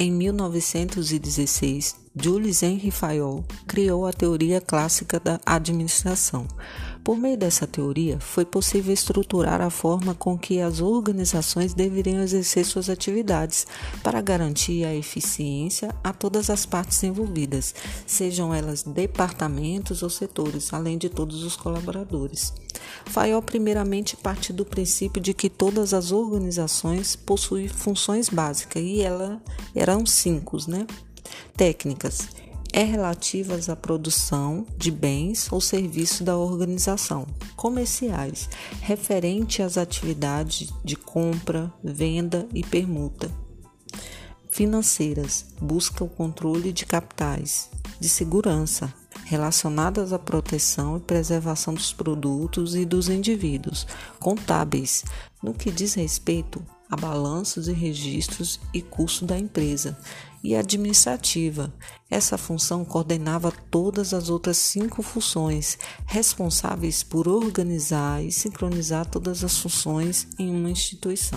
Em 1916, Jules Henry Fayol criou a teoria clássica da administração. Por meio dessa teoria, foi possível estruturar a forma com que as organizações deveriam exercer suas atividades para garantir a eficiência a todas as partes envolvidas, sejam elas departamentos ou setores, além de todos os colaboradores. Fayol primeiramente parte do princípio de que todas as organizações possuem funções básicas e eram 5, técnicas relativas à produção de bens ou serviços da organização, comerciais, referente às atividades de compra, venda e permuta, financeiras, busca o controle de capitais, de segurança, relacionadas à proteção e preservação dos produtos e dos indivíduos, contábeis, no que diz respeito a balanços e registros e custo da empresa, e administrativa. Essa função coordenava todas as outras 5 funções, responsáveis por organizar e sincronizar todas as funções em uma instituição.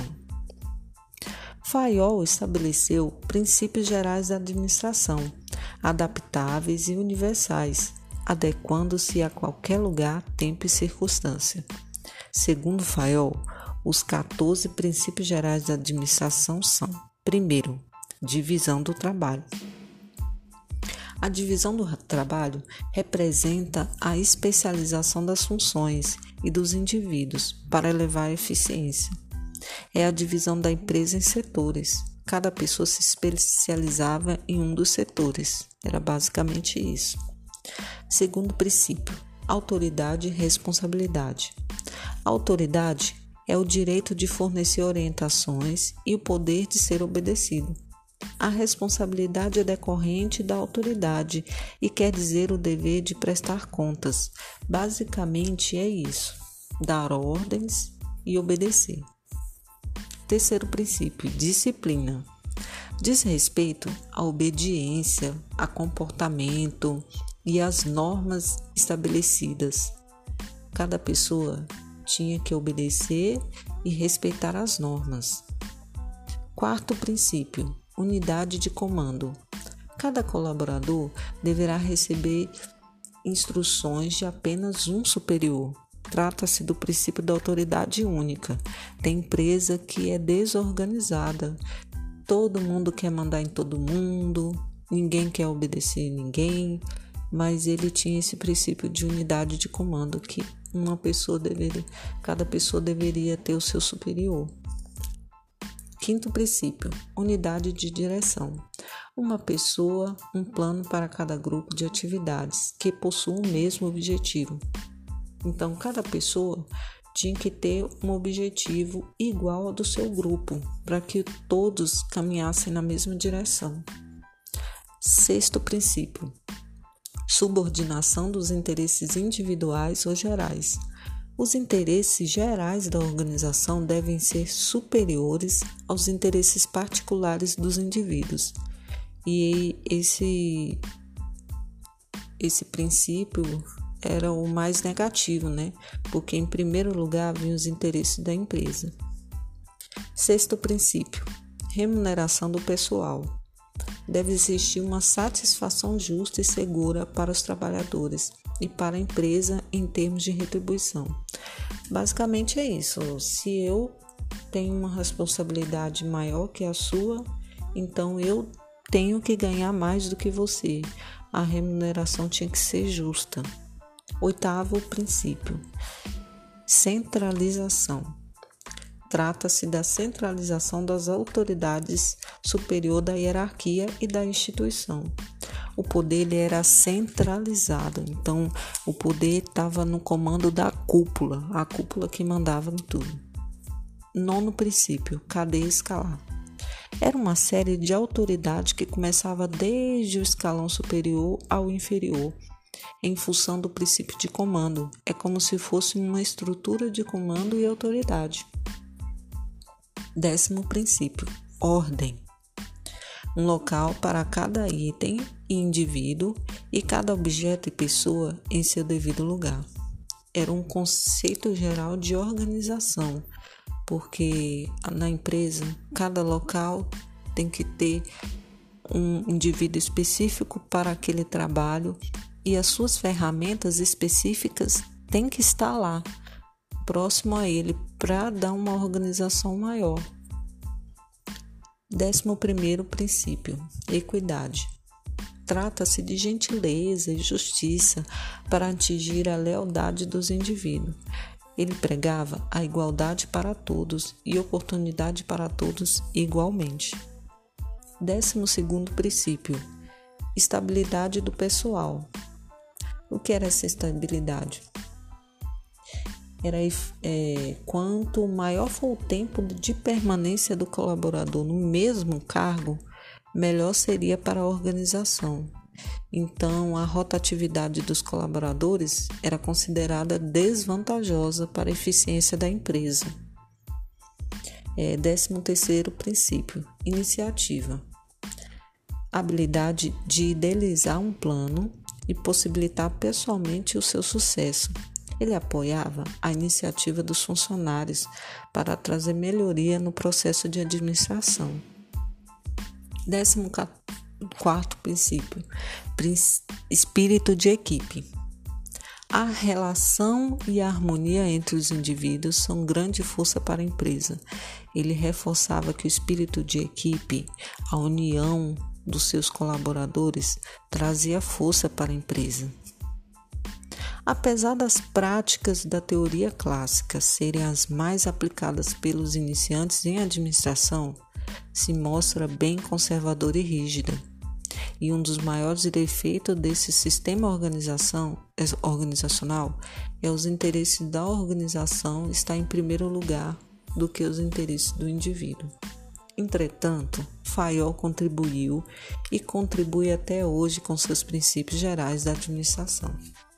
Fayol estabeleceu princípios gerais da administração, adaptáveis e universais, adequando-se a qualquer lugar, tempo e circunstância. Segundo Fayol, os 14 princípios gerais da administração são: primeiro, divisão do trabalho. A divisão do trabalho representa a especialização das funções e dos indivíduos para elevar a eficiência. É a divisão da empresa em setores. Cada pessoa se especializava em um dos setores. Era basicamente isso. Segundo princípio, autoridade e responsabilidade. A autoridade é o direito de fornecer orientações e o poder de ser obedecido. A responsabilidade é decorrente da autoridade e quer dizer o dever de prestar contas. Basicamente é isso: dar ordens e obedecer. Terceiro princípio, disciplina. Diz respeito à obediência, a comportamento e às normas estabelecidas. Cada pessoa tinha que obedecer e respeitar as normas. Quarto princípio, unidade de comando. Cada colaborador deverá receber instruções de apenas um superior. Trata-se do princípio da autoridade única. Tem empresa que é desorganizada. Todo mundo quer mandar em todo mundo, ninguém quer obedecer a ninguém, mas ele tinha esse princípio de unidade de comando, que cada pessoa deveria ter o seu superior. Quinto princípio, unidade de direção. Uma pessoa, um plano para cada grupo de atividades que possuam o mesmo objetivo. Então, cada pessoa tinha que ter um objetivo igual ao do seu grupo, para que todos caminhassem na mesma direção. Sexto princípio, subordinação dos interesses individuais ou gerais. Os interesses gerais da organização devem ser superiores aos interesses particulares dos indivíduos. E esse princípio era o mais negativo, Porque em primeiro lugar vinham os interesses da empresa. Sexto princípio, remuneração do pessoal. Deve existir uma satisfação justa e segura para os trabalhadores e para a empresa em termos de retribuição. Basicamente é isso. Se eu tenho uma responsabilidade maior que a sua, então eu tenho que ganhar mais do que você. A remuneração tinha que ser justa. Oitavo princípio, centralização. Trata-se da centralização das autoridades superior da hierarquia e da instituição. O poder era centralizado, então o poder estava no comando da cúpula, a cúpula que mandava em tudo. Nono princípio, cadeia escalar. Era uma série de autoridade que começava desde o escalão superior ao inferior, em função do princípio de comando. É como se fosse uma estrutura de comando e autoridade. 10º princípio, ordem. Um local para cada item e indivíduo e cada objeto e pessoa em seu devido lugar. Era um conceito geral de organização, porque na empresa, cada local tem que ter um indivíduo específico para aquele trabalho e as suas ferramentas específicas têm que estar lá, próximo a ele, para dar uma organização maior. 11º princípio, equidade. Trata-se de gentileza e justiça para atingir a lealdade dos indivíduos. Ele pregava a igualdade para todos e oportunidade para todos igualmente. 12º princípio, estabilidade do pessoal. O que era essa estabilidade? Era quanto maior for o tempo de permanência do colaborador no mesmo cargo, melhor seria para a organização. Então, a rotatividade dos colaboradores era considerada desvantajosa para a eficiência da empresa. 13º princípio, iniciativa. Habilidade de idealizar um plano e possibilitar pessoalmente o seu sucesso. Ele apoiava a iniciativa dos funcionários para trazer melhoria no processo de administração. 14º princípio, espírito de equipe. A relação e a harmonia entre os indivíduos são grande força para a empresa. Ele reforçava que o espírito de equipe, a união dos seus colaboradores, trazia força para a empresa. Apesar das práticas da teoria clássica serem as mais aplicadas pelos iniciantes em administração, se mostra bem conservadora e rígida. E um dos maiores defeitos desse sistema organizacional é os interesses da organização estar em primeiro lugar do que os interesses do indivíduo. Entretanto, Fayol contribuiu e contribui até hoje com seus princípios gerais da administração.